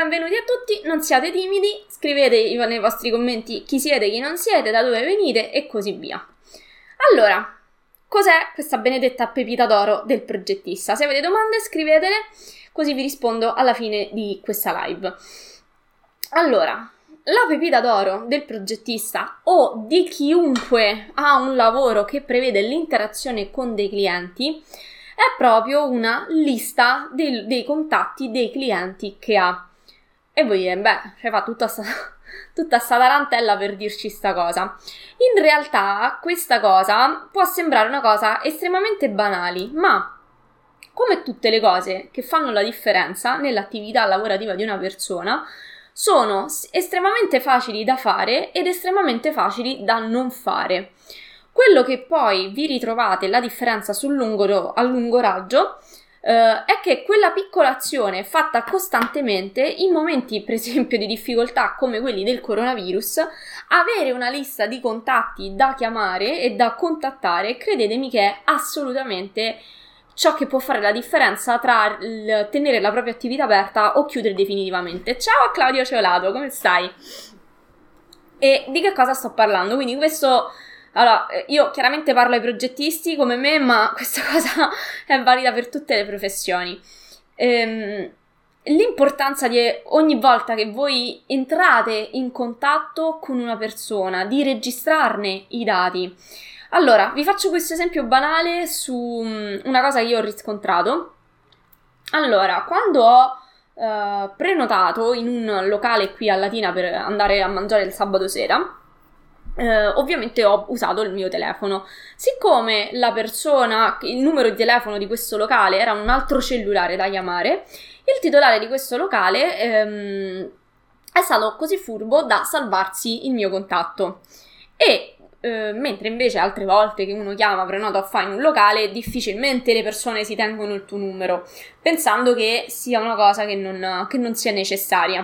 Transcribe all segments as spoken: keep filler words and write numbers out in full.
benvenuti a tutti, non siate timidi, scrivete nei vostri commenti chi siete, chi non siete, da dove venite e così via. Allora, cos'è questa benedetta pepita d'oro del progettista? Se avete domande scrivetele, così vi rispondo alla fine di questa live. Allora, la pepita d'oro del progettista o di chiunque ha un lavoro che prevede l'interazione con dei clienti è proprio una lista dei, dei contatti dei clienti che ha. E voi dite, beh, cioè fa tutta sta, tutta sta tarantella per dirci sta cosa. In realtà questa cosa può sembrare una cosa estremamente banale, ma come tutte le cose che fanno la differenza nell'attività lavorativa di una persona, sono estremamente facili da fare ed estremamente facili da non fare. Quello che poi vi ritrovate, la differenza sul lungo, a lungo raggio, eh, è che quella piccola azione fatta costantemente, in momenti per esempio di difficoltà come quelli del coronavirus, avere una lista di contatti da chiamare e da contattare, credetemi che è assolutamente ciò che può fare la differenza tra il tenere la propria attività aperta o chiudere definitivamente. Ciao a Claudio Ciolato, come stai? E di che cosa sto parlando? Quindi questo... Allora, io chiaramente parlo ai progettisti come me, ma questa cosa è valida per tutte le professioni. Ehm, l'importanza di ogni volta che voi entrate in contatto con una persona, di registrarne i dati. Allora, vi faccio questo esempio banale su una cosa che io ho riscontrato. Allora, quando ho eh, prenotato in un locale qui a Latina per andare a mangiare il sabato sera, Uh, ovviamente ho usato il mio telefono. Siccome la persona, il numero di telefono di questo locale era un altro cellulare da chiamare, il titolare di questo locale um, è stato così furbo da salvarsi il mio contatto. E uh, mentre invece altre volte che uno chiama, prenota o fa in un locale, difficilmente le persone si tengono il tuo numero, pensando che sia una cosa che non, che non sia necessaria.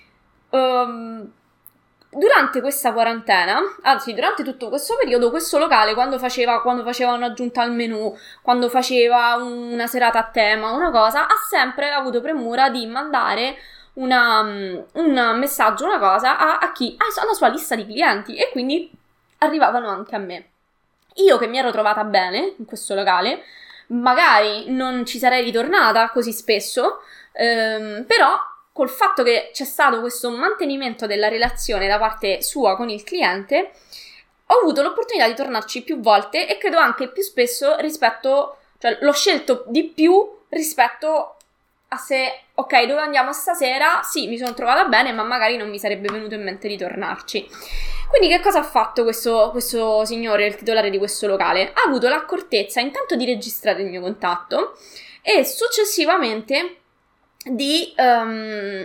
Um, Durante questa quarantena, anzi durante tutto questo periodo, questo locale quando faceva, quando faceva un'aggiunta al menù, quando faceva una serata a tema, una cosa, ha sempre avuto premura di mandare una, un messaggio, una cosa a, a chi? Alla sua lista di clienti, e quindi arrivavano anche a me. Io che mi ero trovata bene in questo locale, magari non ci sarei ritornata così spesso, ehm, però col fatto che c'è stato questo mantenimento della relazione da parte sua con il cliente, ho avuto l'opportunità di tornarci più volte e credo anche più spesso rispetto, cioè l'ho scelto di più rispetto a se, ok, dove andiamo stasera? Sì, mi sono trovata bene, ma magari non mi sarebbe venuto in mente di tornarci. Quindi che cosa ha fatto questo, questo signore, il titolare di questo locale? Ha avuto l'accortezza intanto di registrare il mio contatto e successivamente di um,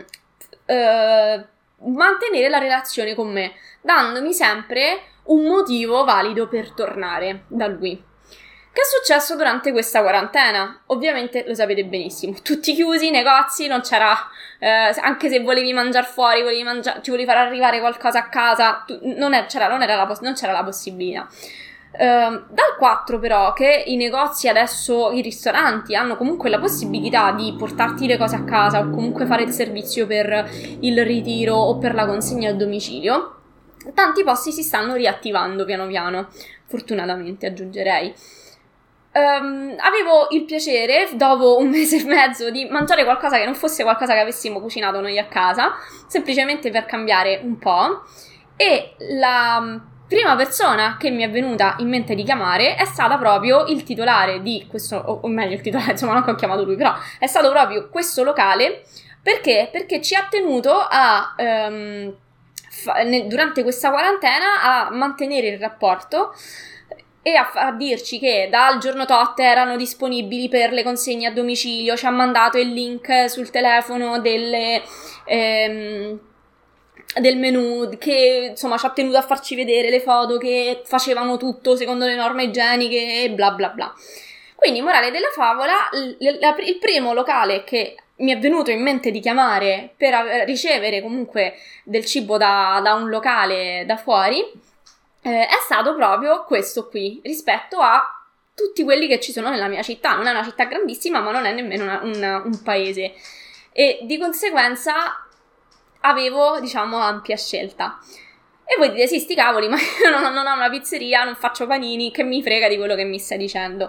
uh, mantenere la relazione con me, dandomi sempre un motivo valido per tornare da lui. Che è successo durante questa quarantena? Ovviamente lo sapete benissimo, tutti chiusi, negozi, non c'era, eh, anche se volevi mangiare fuori, volevi mangiare, ti volevi far arrivare qualcosa a casa, tu, non, è, c'era, non, era la, non c'era la possibilità. Uh, dal quattro però che i negozi adesso, i ristoranti hanno comunque la possibilità di portarti le cose a casa o comunque fare il servizio per il ritiro o per la consegna a domicilio, tanti posti si stanno riattivando piano piano, fortunatamente aggiungerei. Um, avevo il piacere dopo un mese e mezzo di mangiare qualcosa che non fosse qualcosa che avessimo cucinato noi a casa, semplicemente per cambiare un po', e la prima persona che mi è venuta in mente di chiamare è stata proprio il titolare di questo, o meglio il titolare, insomma non che ho chiamato lui, però è stato proprio questo locale. Perché? Perché ci ha tenuto a, um, fa, ne, durante questa quarantena a mantenere il rapporto e a, a dirci che dal giorno tot erano disponibili per le consegne a domicilio, ci ha mandato il link sul telefono delle... Ehm, del menù, che insomma ci ha tenuto a farci vedere le foto che facevano tutto secondo le norme igieniche e bla bla bla. Quindi, morale della favola, l- l- il primo locale che mi è venuto in mente di chiamare per ricevere comunque del cibo da, da un locale da fuori eh, è stato proprio questo qui, rispetto a tutti quelli che ci sono nella mia città. Non è una città grandissima, ma non è nemmeno una, una, un paese, e di conseguenza avevo, diciamo, ampia scelta. E voi dite, sì, sti cavoli, ma io non, non ho una pizzeria, non faccio panini, che mi frega di quello che mi stai dicendo?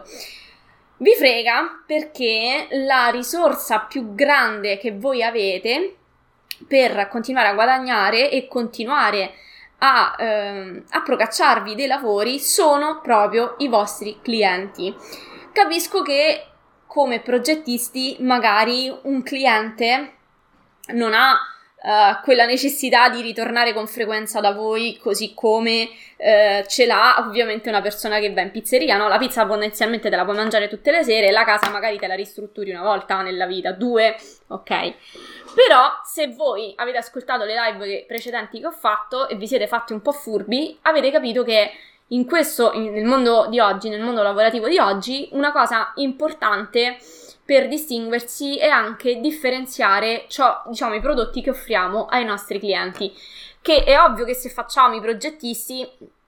Vi frega perché la risorsa più grande che voi avete per continuare a guadagnare e continuare a, ehm, a procacciarvi dei lavori sono proprio i vostri clienti. Capisco che come progettisti magari un cliente non ha uh, quella necessità di ritornare con frequenza da voi, così come uh, ce l'ha ovviamente una persona che va in pizzeria, no? La pizza potenzialmente te la puoi mangiare tutte le sere, la casa magari te la ristrutturi una volta nella vita, due, ok. Però se voi avete ascoltato le live precedenti che ho fatto e vi siete fatti un po' furbi, avete capito che in questo, nel mondo di oggi, nel mondo lavorativo di oggi, una cosa importante per distinguersi è anche differenziare ciò, diciamo, i prodotti che offriamo ai nostri clienti. Che è ovvio che se facciamo i progettisti,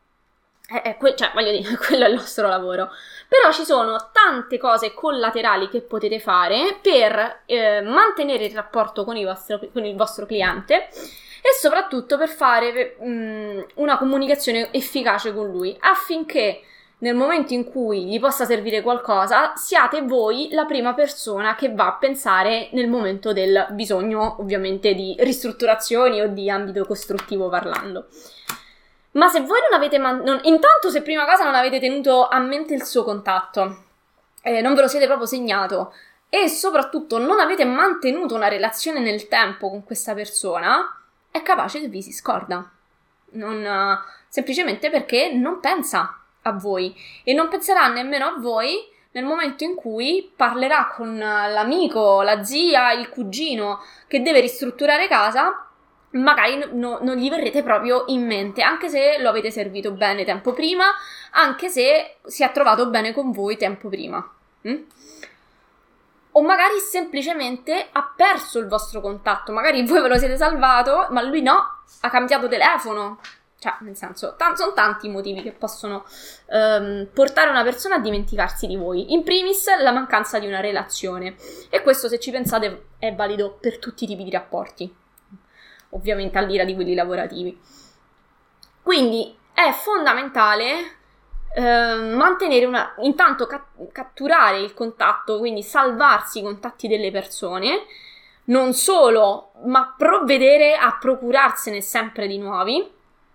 è, è que- cioè voglio dire, quello è il nostro lavoro. Però ci sono tante cose collaterali che potete fare per eh, mantenere il rapporto con, i vostro, con il vostro cliente e soprattutto per fare um, una comunicazione efficace con lui, affinché nel momento in cui gli possa servire qualcosa siate voi la prima persona che va a pensare nel momento del bisogno, ovviamente, di ristrutturazioni o di ambito costruttivo parlando. Ma se voi non avete man- non, intanto se prima cosa non avete tenuto a mente il suo contatto, eh, non ve lo siete proprio segnato e soprattutto non avete mantenuto una relazione nel tempo con questa persona, è capace che vi si scorda, non, uh, semplicemente perché non pensa a voi e non penserà nemmeno a voi nel momento in cui parlerà con l'amico, la zia, il cugino che deve ristrutturare casa. Magari no, non gli verrete proprio in mente, anche se lo avete servito bene tempo prima, anche se si è trovato bene con voi tempo prima. Mm? O magari semplicemente ha perso il vostro contatto, magari voi ve lo siete salvato, ma lui no, ha cambiato telefono. Cioè, nel senso, t- sono tanti i motivi che possono um, portare una persona a dimenticarsi di voi. In primis, la mancanza di una relazione. E questo, se ci pensate, è valido per tutti i tipi di rapporti. Ovviamente al di là di quelli lavorativi. Quindi è fondamentale eh, mantenere una, intanto ca- catturare il contatto, quindi salvarsi i contatti delle persone, non solo, ma provvedere a procurarsene sempre di nuovi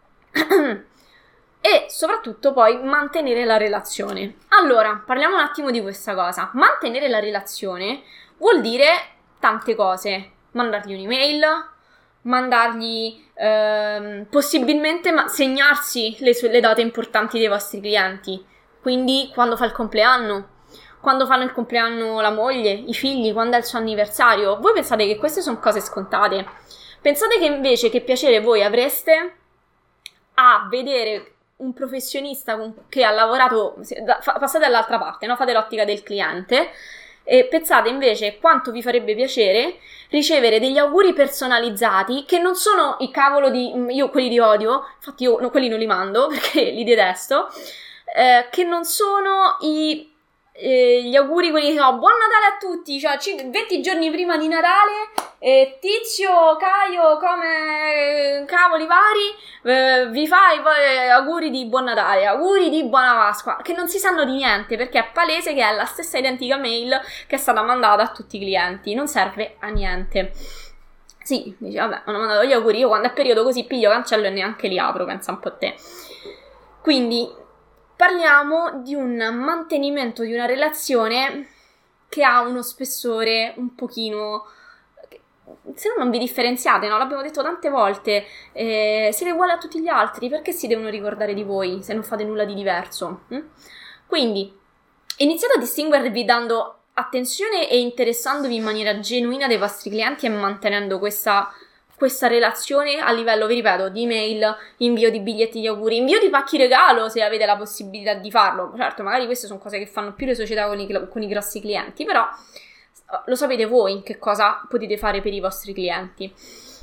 e soprattutto poi mantenere la relazione. Allora, parliamo un attimo di questa cosa. Mantenere la relazione vuol dire tante cose: mandargli un'email, mandargli ehm, possibilmente ma- segnarsi le, sue, le date importanti dei vostri clienti, quindi quando fa il compleanno, quando fanno il compleanno la moglie, i figli, quando è il suo anniversario. Voi pensate che queste sono cose scontate? Pensate che invece che piacere voi avreste a vedere un professionista con, che ha lavorato, fa, passate dall'altra parte, no? Fate l'ottica del cliente. E pensate invece quanto vi farebbe piacere ricevere degli auguri personalizzati che non sono i cavolo di... io quelli li odio, infatti io no, quelli non li mando perché li detesto, eh, che non sono i... Eh, gli auguri quelli no, buon Natale a tutti, cioè venti giorni prima di Natale, eh, Tizio, Caio, come cavoli vari, eh, vi fa i eh, auguri di buon Natale, auguri di buona Pasqua, che non si sanno di niente perché è palese che è la stessa identica mail che è stata mandata a tutti i clienti, non serve a niente. Sì, dice vabbè, hanno mandato gli auguri, io quando è periodo così piglio, cancello e neanche li apro, pensa un po' a te. Quindi parliamo di un mantenimento di una relazione che ha uno spessore un pochino... Se no non vi differenziate, no? L'abbiamo detto tante volte, eh, siete uguali a tutti gli altri, perché si devono ricordare di voi se non fate nulla di diverso? Hm? Quindi iniziate a distinguervi dando attenzione e interessandovi in maniera genuina dei vostri clienti e mantenendo questa... questa relazione a livello, vi ripeto, di email, invio di biglietti di auguri, invio di pacchi regalo se avete la possibilità di farlo. Certo, magari queste sono cose che fanno più le società con i, con i grossi clienti, però lo sapete voi che cosa potete fare per i vostri clienti.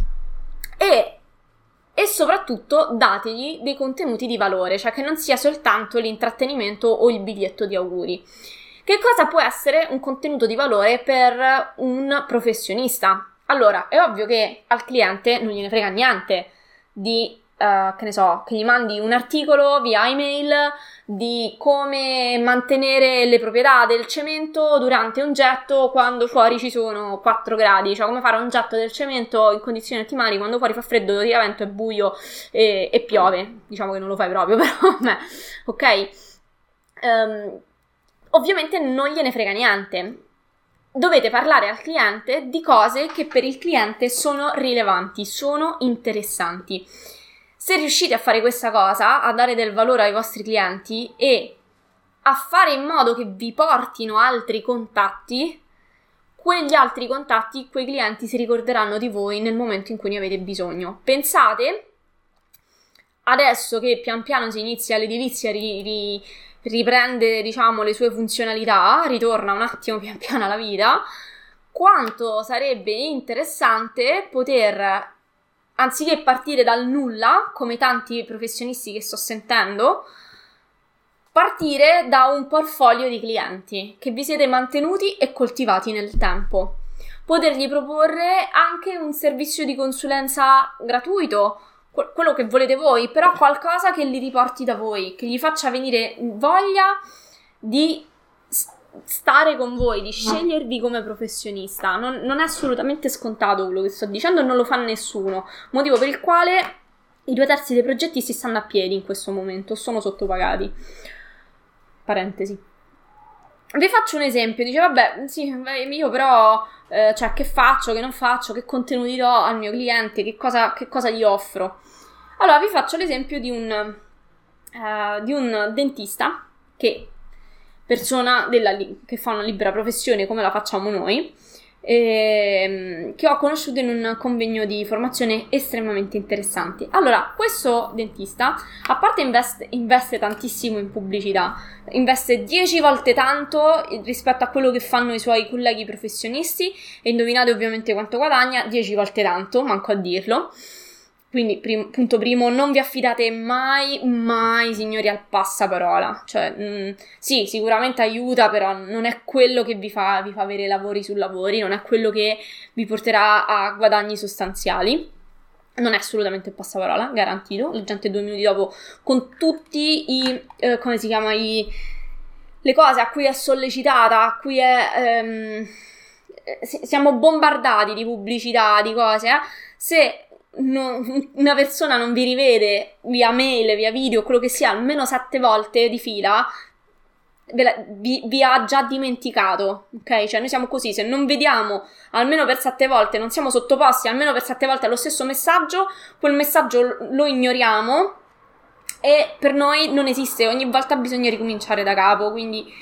E, e soprattutto dategli dei contenuti di valore, cioè che non sia soltanto l'intrattenimento o il biglietto di auguri. Che cosa può essere un contenuto di valore per un professionista? Allora, è ovvio che al cliente non gliene frega niente di, uh, che ne so, che gli mandi un articolo via email di come mantenere le proprietà del cemento durante un getto quando fuori ci sono quattro gradi, cioè come fare un getto del cemento in condizioni ottimali quando fuori fa freddo, tira vento, è buio e, e piove. Diciamo che non lo fai proprio, però, beh, ok? Um, ovviamente non gliene frega niente. Dovete parlare al cliente di cose che per il cliente sono rilevanti, sono interessanti. Se riuscite a fare questa cosa, a dare del valore ai vostri clienti e a fare in modo che vi portino altri contatti, quegli altri contatti, quei clienti si ricorderanno di voi nel momento in cui ne avete bisogno. Pensate, adesso che pian piano si inizia l'edilizia, ri, ri, riprende, diciamo, le sue funzionalità, ritorna un attimo pian piano alla vita, quanto sarebbe interessante poter, anziché partire dal nulla, come tanti professionisti che sto sentendo, partire da un portfolio di clienti che vi siete mantenuti e coltivati nel tempo. Potergli proporre anche un servizio di consulenza gratuito, quello che volete voi, però qualcosa che li riporti da voi, che gli faccia venire voglia di stare con voi, di scegliervi come professionista. Non, non è assolutamente scontato quello che sto dicendo e non lo fa nessuno, motivo per il quale i due terzi dei progettisti stanno a piedi in questo momento, sono sottopagati. Parentesi. Vi faccio un esempio, dice vabbè, sì, io però, eh, cioè, che faccio, che non faccio, che contenuti do al mio cliente, che cosa, che cosa gli offro. Allora, vi faccio l'esempio di un, uh, di un dentista, che persona della, che fa una libera professione come la facciamo noi, ehm, che ho conosciuto in un convegno di formazione estremamente interessante. Allora, questo dentista, a parte investe, investe tantissimo in pubblicità, investe dieci volte tanto rispetto a quello che fanno i suoi colleghi professionisti, e indovinate ovviamente quanto guadagna, dieci volte tanto, manco a dirlo. Quindi, prim- punto primo, non vi affidate mai, mai, signori, al passaparola. Cioè, mh, sì, sicuramente aiuta, però non è quello che vi fa, vi fa avere lavori su lavori, non è quello che vi porterà a guadagni sostanziali. Non è assolutamente il passaparola, garantito. La gente due minuti dopo, con tutti i, eh, come si chiama, i, le cose a cui è sollecitata, a cui è, ehm, siamo bombardati di pubblicità, di cose, eh, se No, una persona non vi rivede via mail, via video, quello che sia, almeno sette volte di fila, ve la, vi, vi ha già dimenticato, ok? Cioè noi siamo così, se non vediamo almeno per sette volte, non siamo sottoposti almeno per sette volte allo stesso messaggio, quel messaggio lo ignoriamo e per noi non esiste, ogni volta bisogna ricominciare da capo, quindi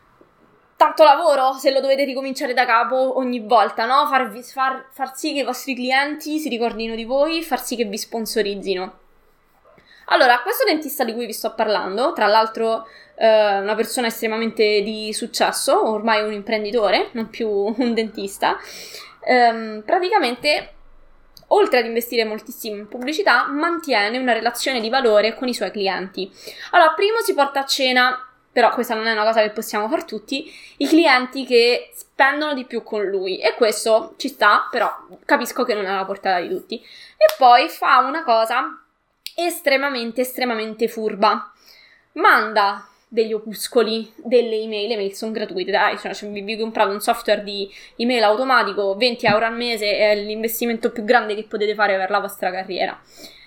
tanto lavoro se lo dovete ricominciare da capo ogni volta, no? Farvi, far, far sì che i vostri clienti si ricordino di voi, far sì che vi sponsorizzino. Allora, questo dentista di cui vi sto parlando, tra l'altro eh, una persona estremamente di successo, ormai un imprenditore, non più un dentista, ehm, praticamente, oltre ad investire moltissimo in pubblicità, mantiene una relazione di valore con i suoi clienti. Allora, primo si porta a cena, però questa non è una cosa che possiamo far tutti, i clienti che spendono di più con lui, e questo ci sta, però capisco che non è alla portata di tutti. E poi fa una cosa estremamente, estremamente furba. Manda degli opuscoli, delle email, le email sono gratuite, dai, cioè, vi vi comprate un software di email automatico, venti euro al mese, è l'investimento più grande che potete fare per la vostra carriera.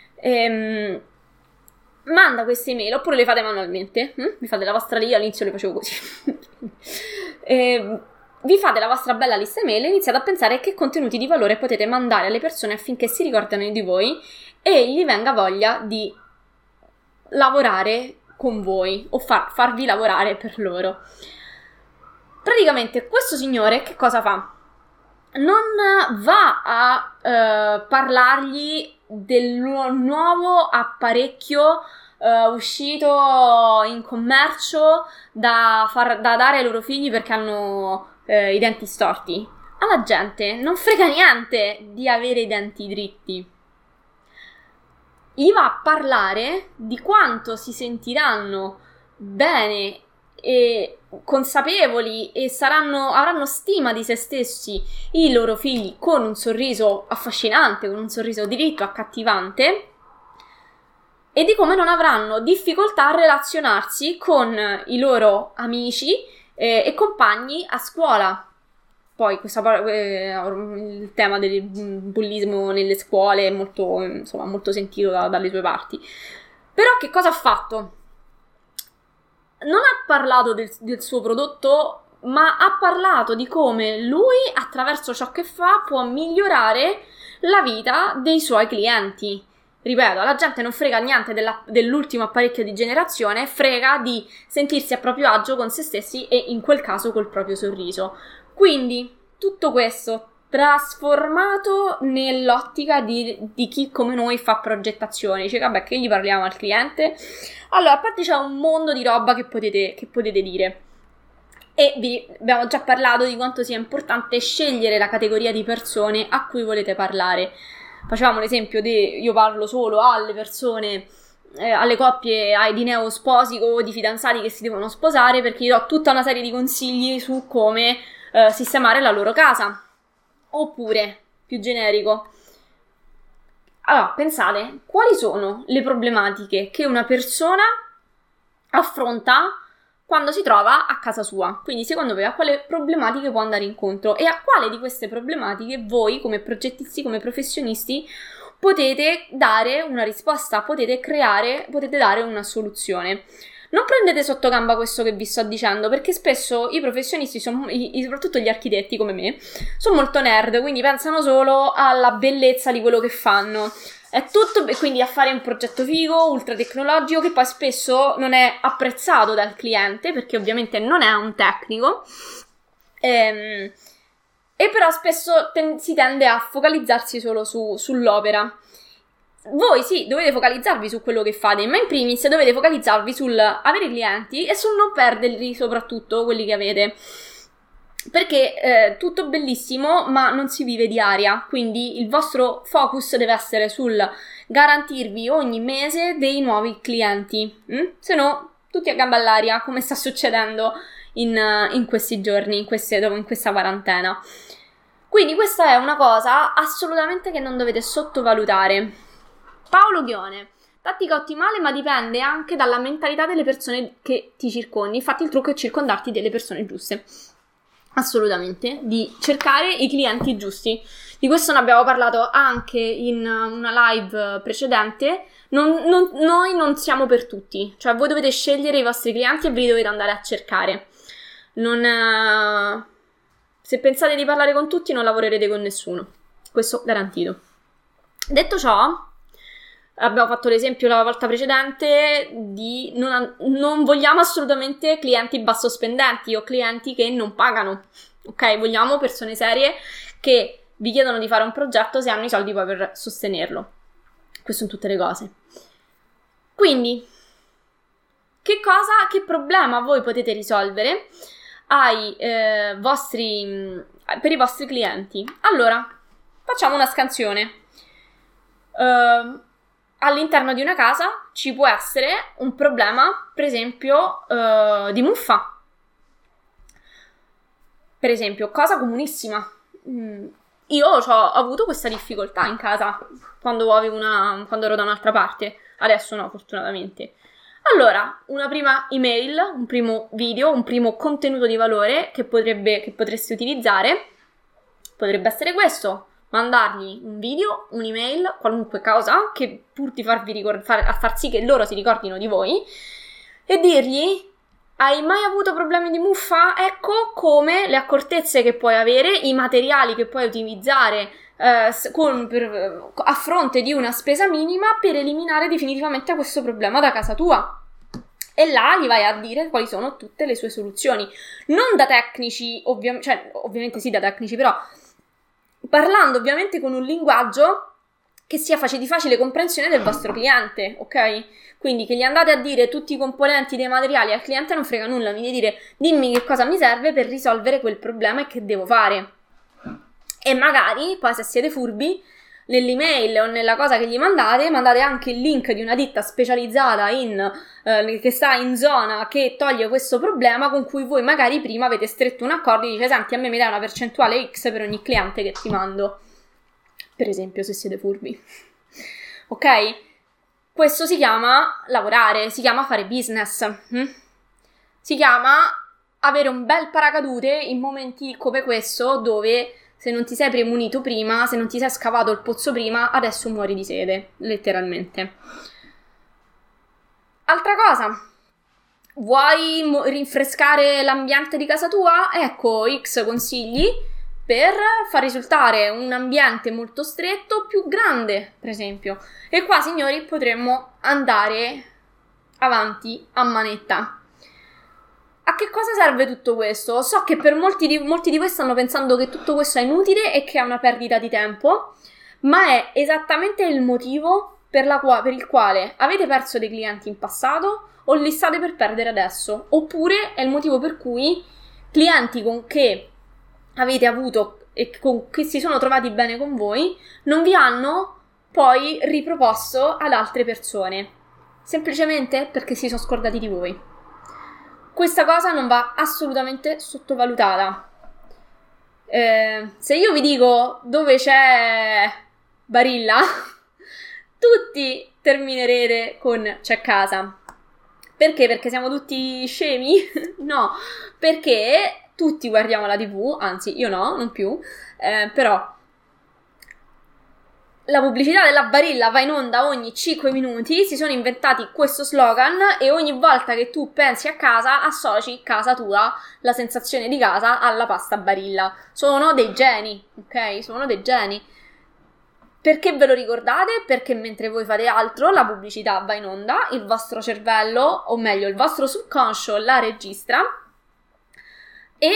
Ehm... manda queste email, oppure le fate manualmente, hm? vi fate la vostra lista, all'inizio le facevo così, e vi fate la vostra bella lista email e iniziate a pensare che contenuti di valore potete mandare alle persone affinché si ricordino di voi e gli venga voglia di lavorare con voi o far, farvi lavorare per loro. Praticamente questo signore che cosa fa? Non va a eh, parlargli del nuovo apparecchio uh, uscito in commercio da, far, da dare ai loro figli perché hanno uh, i denti storti. Alla gente non frega niente di avere i denti dritti. Gli va a parlare di quanto si sentiranno bene e consapevoli e saranno, avranno stima di se stessi i loro figli con un sorriso affascinante, con un sorriso diritto, accattivante, e di come non avranno difficoltà a relazionarsi con i loro amici eh, e compagni a scuola. Poi questa, eh, il tema del bullismo nelle scuole è molto, insomma, molto sentito da, dalle sue parti. Però che cosa ha fatto? Non ha parlato del, del suo prodotto, ma ha parlato di come lui, attraverso ciò che fa, può migliorare la vita dei suoi clienti. Ripeto, alla gente non frega niente della, dell'ultimo apparecchio di generazione, frega di sentirsi a proprio agio con se stessi e in quel caso col proprio sorriso. Quindi tutto questo trasformato nell'ottica di, di chi come noi fa progettazioni. Dice, vabbè, che gli parliamo al cliente? Allora, a parte c'è un mondo di roba che potete, che potete dire. E vi abbiamo già parlato di quanto sia importante scegliere la categoria di persone a cui volete parlare. Facevamo l'esempio di io parlo solo alle persone, eh, alle coppie ai di neosposi o di fidanzati che si devono sposare, perché gli do tutta una serie di consigli su come eh, sistemare la loro casa. Oppure, più generico, allora pensate, quali sono le problematiche che una persona affronta quando si trova a casa sua? Quindi secondo voi a quale problematiche può andare incontro e a quale di queste problematiche voi come progettisti, come professionisti potete dare una risposta, potete creare, potete dare una soluzione. Non prendete sotto gamba questo che vi sto dicendo, perché spesso i professionisti, sono, i, soprattutto gli architetti come me, sono molto nerd, quindi pensano solo alla bellezza di quello che fanno. È tutto, e quindi a fare un progetto figo, ultra tecnologico, che poi spesso non è apprezzato dal cliente, perché ovviamente non è un tecnico, ehm, e però spesso ten- si tende a focalizzarsi solo su, sull'opera. Voi sì, dovete focalizzarvi su quello che fate, ma in primis dovete focalizzarvi sul avere clienti e sul non perderli, soprattutto quelli che avete. Perché eh, tutto bellissimo, ma non si vive di aria, quindi il vostro focus deve essere sul garantirvi ogni mese dei nuovi clienti, mm? Se no tutti a gamba all'aria, come sta succedendo in, in questi giorni, in, queste, in questa quarantena. Quindi questa è una cosa assolutamente che non dovete sottovalutare. Paolo Ghione, tattica ottimale, ma dipende anche dalla mentalità delle persone che ti circondi. Infatti il trucco è circondarti delle persone giuste. Assolutamente, di cercare i clienti giusti. Di questo ne abbiamo parlato anche in una live precedente. Non, non, noi non siamo per tutti, cioè voi dovete scegliere i vostri clienti e ve li dovete andare a cercare. Non, eh, se pensate di parlare con tutti non lavorerete con nessuno, questo garantito. Detto ciò, abbiamo fatto l'esempio la volta precedente di non, non vogliamo assolutamente clienti basso spendenti o clienti che non pagano, ok? Vogliamo persone serie che vi chiedono di fare un progetto se hanno i soldi poi per sostenerlo. Questo in tutte le cose. Quindi, che cosa, che problema voi potete risolvere ai eh, vostri, per i vostri clienti? Allora, facciamo una scansione. Uh, all'interno di una casa ci può essere un problema, per esempio, uh, di muffa. Per esempio, cosa comunissima. Mm. Io ho avuto questa difficoltà in casa quando avevo una, quando ero da un'altra parte. Adesso no, fortunatamente. Allora, una prima email, un primo video, un primo contenuto di valore che potrebbe, che potreste utilizzare potrebbe essere questo. Mandargli un video, un'email, qualunque cosa, che pur di farvi ricord- far, a far sì che loro si ricordino di voi, e dirgli: hai mai avuto problemi di muffa? Ecco come le accortezze che puoi avere, i materiali che puoi utilizzare eh, con, per, a fronte di una spesa minima per eliminare definitivamente questo problema da casa tua. E là gli vai a dire quali sono tutte le sue soluzioni. Non da tecnici, ovvia- cioè, ovviamente sì da tecnici, però parlando ovviamente con un linguaggio che sia faci- di facile comprensione del vostro cliente, ok? Quindi che gli andate a dire tutti i componenti dei materiali al cliente non frega nulla, mi devi dire dimmi che cosa mi serve per risolvere quel problema e che devo fare. E magari, poi se siete furbi, nell'email o nella cosa che gli mandate, mandate anche il link di una ditta specializzata in, eh, che sta in zona che toglie questo problema, con cui voi magari prima avete stretto un accordo e dice: senti, a me mi dai una percentuale X per ogni cliente che ti mando, per esempio, se siete furbi. Ok? Questo si chiama lavorare, si chiama fare business, hm? Si chiama avere un bel paracadute in momenti come questo, dove se non ti sei premunito prima, se non ti sei scavato il pozzo prima, adesso muori di sede, letteralmente. Altra cosa, vuoi mo- rinfrescare l'ambiente di casa tua? Ecco X consigli per far risultare un ambiente molto stretto più grande, per esempio. E qua, signori, potremmo andare avanti a manetta. A che cosa serve tutto questo? So che per molti di, molti di voi stanno pensando che tutto questo è inutile e che è una perdita di tempo, ma è esattamente il motivo per, la qua, per il quale avete perso dei clienti in passato o li state per perdere adesso, oppure è il motivo per cui clienti con che avete avuto e con, che si sono trovati bene con voi non vi hanno poi riproposto ad altre persone, semplicemente perché si sono scordati di voi. Questa cosa non va assolutamente sottovalutata. Eh, se io vi dico dove c'è Barilla, tutti terminerete con c'è casa. Perché? Perché siamo tutti scemi? No, perché tutti guardiamo la tivù, anzi io no, non più, eh, però la pubblicità della Barilla va in onda ogni cinque minuti, si sono inventati questo slogan e ogni volta che tu pensi a casa associ casa tua, la sensazione di casa, alla pasta Barilla. Sono dei geni, ok? Sono dei geni. Perché ve lo ricordate? Perché mentre voi fate altro la pubblicità va in onda, il vostro cervello, o meglio il vostro subconscio la registra e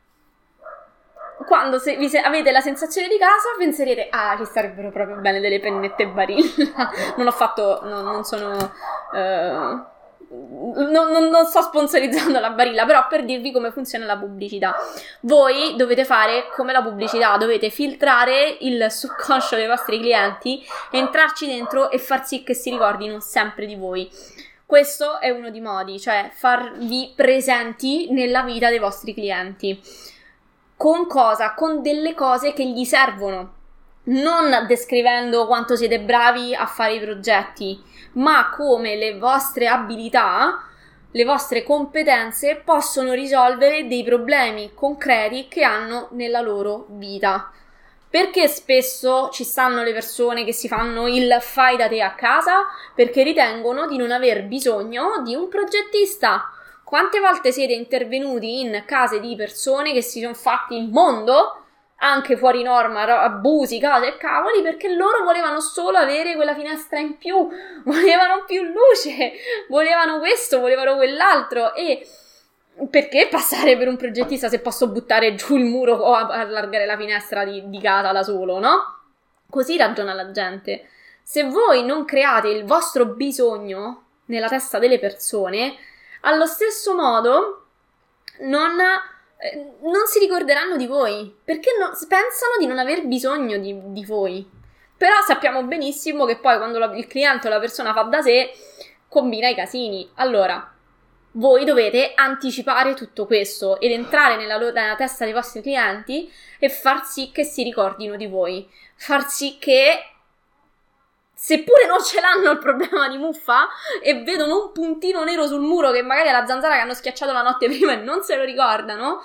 quando se, vi se, avete la sensazione di casa penserete: ah, ci starebbero proprio bene delle pennette Barilla. Non ho fatto, no, non sono uh, non, non, non sto sponsorizzando la Barilla, però per dirvi come funziona la pubblicità. Voi dovete fare come la pubblicità, dovete filtrare il subconscio dei vostri clienti, entrarci dentro e far sì che si ricordino sempre di voi. Questo è uno dei modi, cioè farvi presenti nella vita dei vostri clienti. Con cosa? Con delle cose che gli servono, non descrivendo quanto siete bravi a fare i progetti, ma come le vostre abilità, le vostre competenze possono risolvere dei problemi concreti che hanno nella loro vita. Perché spesso ci stanno le persone che si fanno il fai da te a casa? Perché ritengono di non aver bisogno di un progettista. Quante volte siete intervenuti in case di persone che si sono fatti il mondo, anche fuori norma, abusi, cose e cavoli, perché loro volevano solo avere quella finestra in più, volevano più luce, volevano questo, volevano quell'altro, e perché passare per un progettista se posso buttare giù il muro o allargare la finestra di, di casa da solo, no? Così ragiona la gente. Se voi non create il vostro bisogno nella testa delle persone, allo stesso modo non, eh, non si ricorderanno di voi, perché no, pensano di non aver bisogno di, di voi. Però sappiamo benissimo che poi quando la, il cliente o la persona fa da sé, combina i casini. Allora, voi dovete anticipare tutto questo ed entrare nella, nella testa dei vostri clienti e far sì che si ricordino di voi. Far sì che, seppure non ce l'hanno il problema di muffa e vedono un puntino nero sul muro che magari è la zanzara che hanno schiacciato la notte prima e non se lo ricordano,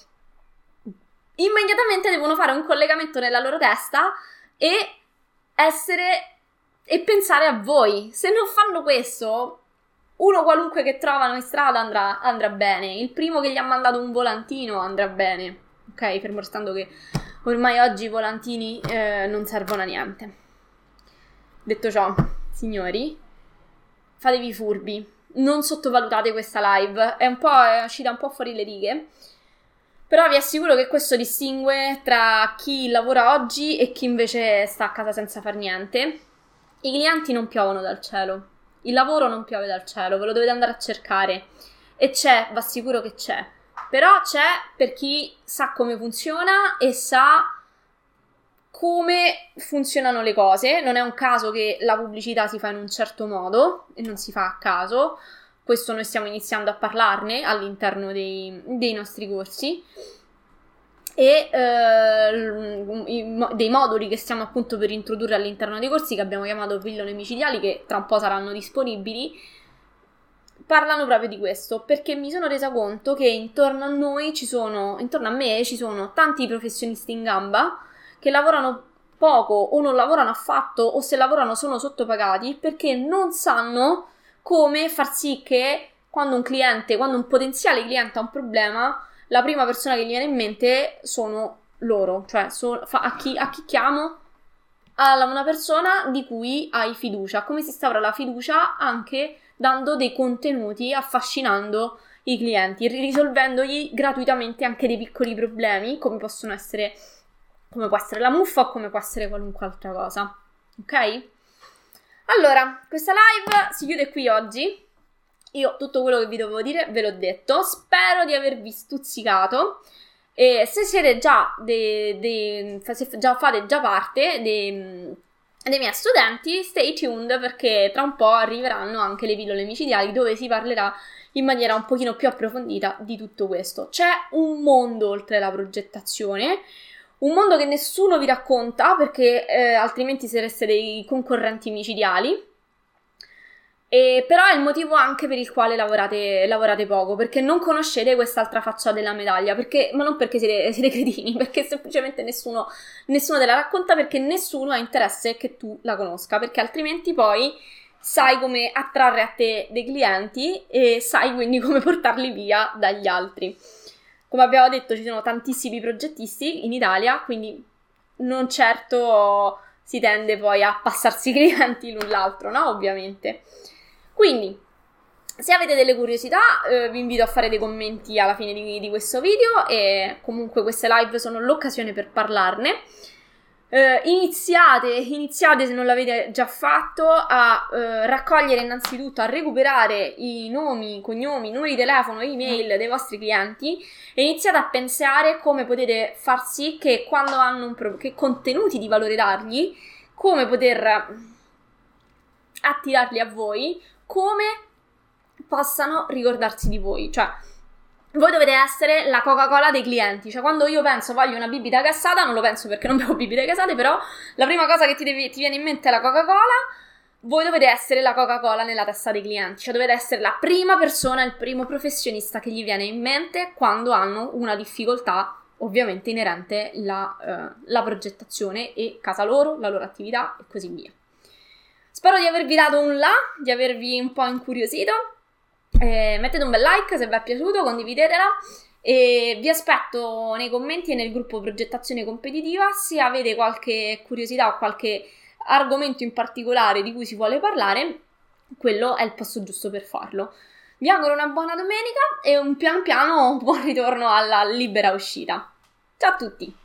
immediatamente devono fare un collegamento nella loro testa e essere e pensare a voi. Se non fanno questo, uno qualunque che trovano in strada andrà, andrà bene. Il primo che gli ha mandato un volantino andrà bene. Ok, fermo restando che ormai oggi i volantini eh, non servono a niente. Detto ciò, signori, fatevi furbi, non sottovalutate questa live, è un po' è uscita un po' fuori le righe, però vi assicuro che questo distingue tra chi lavora oggi e chi invece sta a casa senza far niente. I clienti non piovono dal cielo, il lavoro non piove dal cielo, ve lo dovete andare a cercare, e c'è, vi assicuro che c'è, però c'è per chi sa come funziona e sa come funzionano le cose. Non è un caso che la pubblicità si fa in un certo modo e non si fa a caso. Questo noi stiamo iniziando a parlarne all'interno dei, dei nostri corsi. E eh, i, dei moduli che stiamo appunto per introdurre all'interno dei corsi, che abbiamo chiamato pillole micidiali, che tra un po' saranno disponibili, parlano proprio di questo, perché mi sono resa conto che intorno a noi ci sono, intorno a me ci sono tanti professionisti in gamba che lavorano poco o non lavorano affatto, o se lavorano sono sottopagati perché non sanno come far sì che quando un cliente, quando un potenziale cliente ha un problema, la prima persona che gli viene in mente sono loro, cioè so, fa, a, chi, a chi chiamo? A una persona di cui hai fiducia. Come si instaura la fiducia? Anche dando dei contenuti, affascinando i clienti, risolvendogli gratuitamente anche dei piccoli problemi, come possono essere, come può essere la muffa o come può essere qualunque altra cosa. Ok? Allora, questa live si chiude qui oggi. Io tutto quello che vi dovevo dire ve l'ho detto, spero di avervi stuzzicato. E se siete già dei, dei, se già fate già parte dei, dei miei studenti, stay tuned, perché tra un po' arriveranno anche le pillole micidiali, dove si parlerà in maniera un pochino più approfondita di tutto questo. C'è un mondo oltre la progettazione, un mondo che nessuno vi racconta, perché eh, altrimenti sareste dei concorrenti micidiali. E però è il motivo anche per il quale lavorate, lavorate poco, perché non conoscete quest'altra faccia della medaglia, perché, ma non perché siete, siete cretini, perché semplicemente nessuno, nessuno te la racconta, perché nessuno ha interesse che tu la conosca, perché altrimenti poi sai come attrarre a te dei clienti e sai quindi come portarli via dagli altri. Come abbiamo detto, ci sono tantissimi progettisti in Italia, quindi non certo si tende poi a passarsi i clienti l'un l'altro, no? Ovviamente. Quindi, se avete delle curiosità, eh, vi invito a fare dei commenti alla fine di, di questo video, e comunque queste live sono l'occasione per parlarne. Eh, iniziate, iniziate se non l'avete già fatto a eh, raccogliere innanzitutto, a recuperare i nomi, cognomi, numeri di telefono, email dei vostri clienti, e iniziate a pensare come potete far sì che quando hanno un pro- che contenuti di valore dargli, come poter attirarli a voi, come possano ricordarsi di voi. Cioè, voi dovete essere la Coca-Cola dei clienti. Cioè, quando io penso voglio una bibita gassata, non lo penso perché non bevo bibite gassate, però la prima cosa che ti, devi, ti viene in mente è la Coca-Cola. Voi dovete essere la Coca-Cola nella testa dei clienti. Cioè, dovete essere la prima persona, il primo professionista che gli viene in mente quando hanno una difficoltà, ovviamente inerente la, uh, la progettazione e casa loro, la loro attività e così via. Spero di avervi dato un là, di avervi un po' incuriosito. Eh, mettete un bel like se vi è piaciuto, condividetela, e vi aspetto nei commenti e nel gruppo progettazione competitiva. Se avete qualche curiosità o qualche argomento in particolare di cui si vuole parlare, quello è il posto giusto per farlo. Vi auguro una buona domenica e un pian piano buon ritorno alla libera uscita. Ciao a tutti!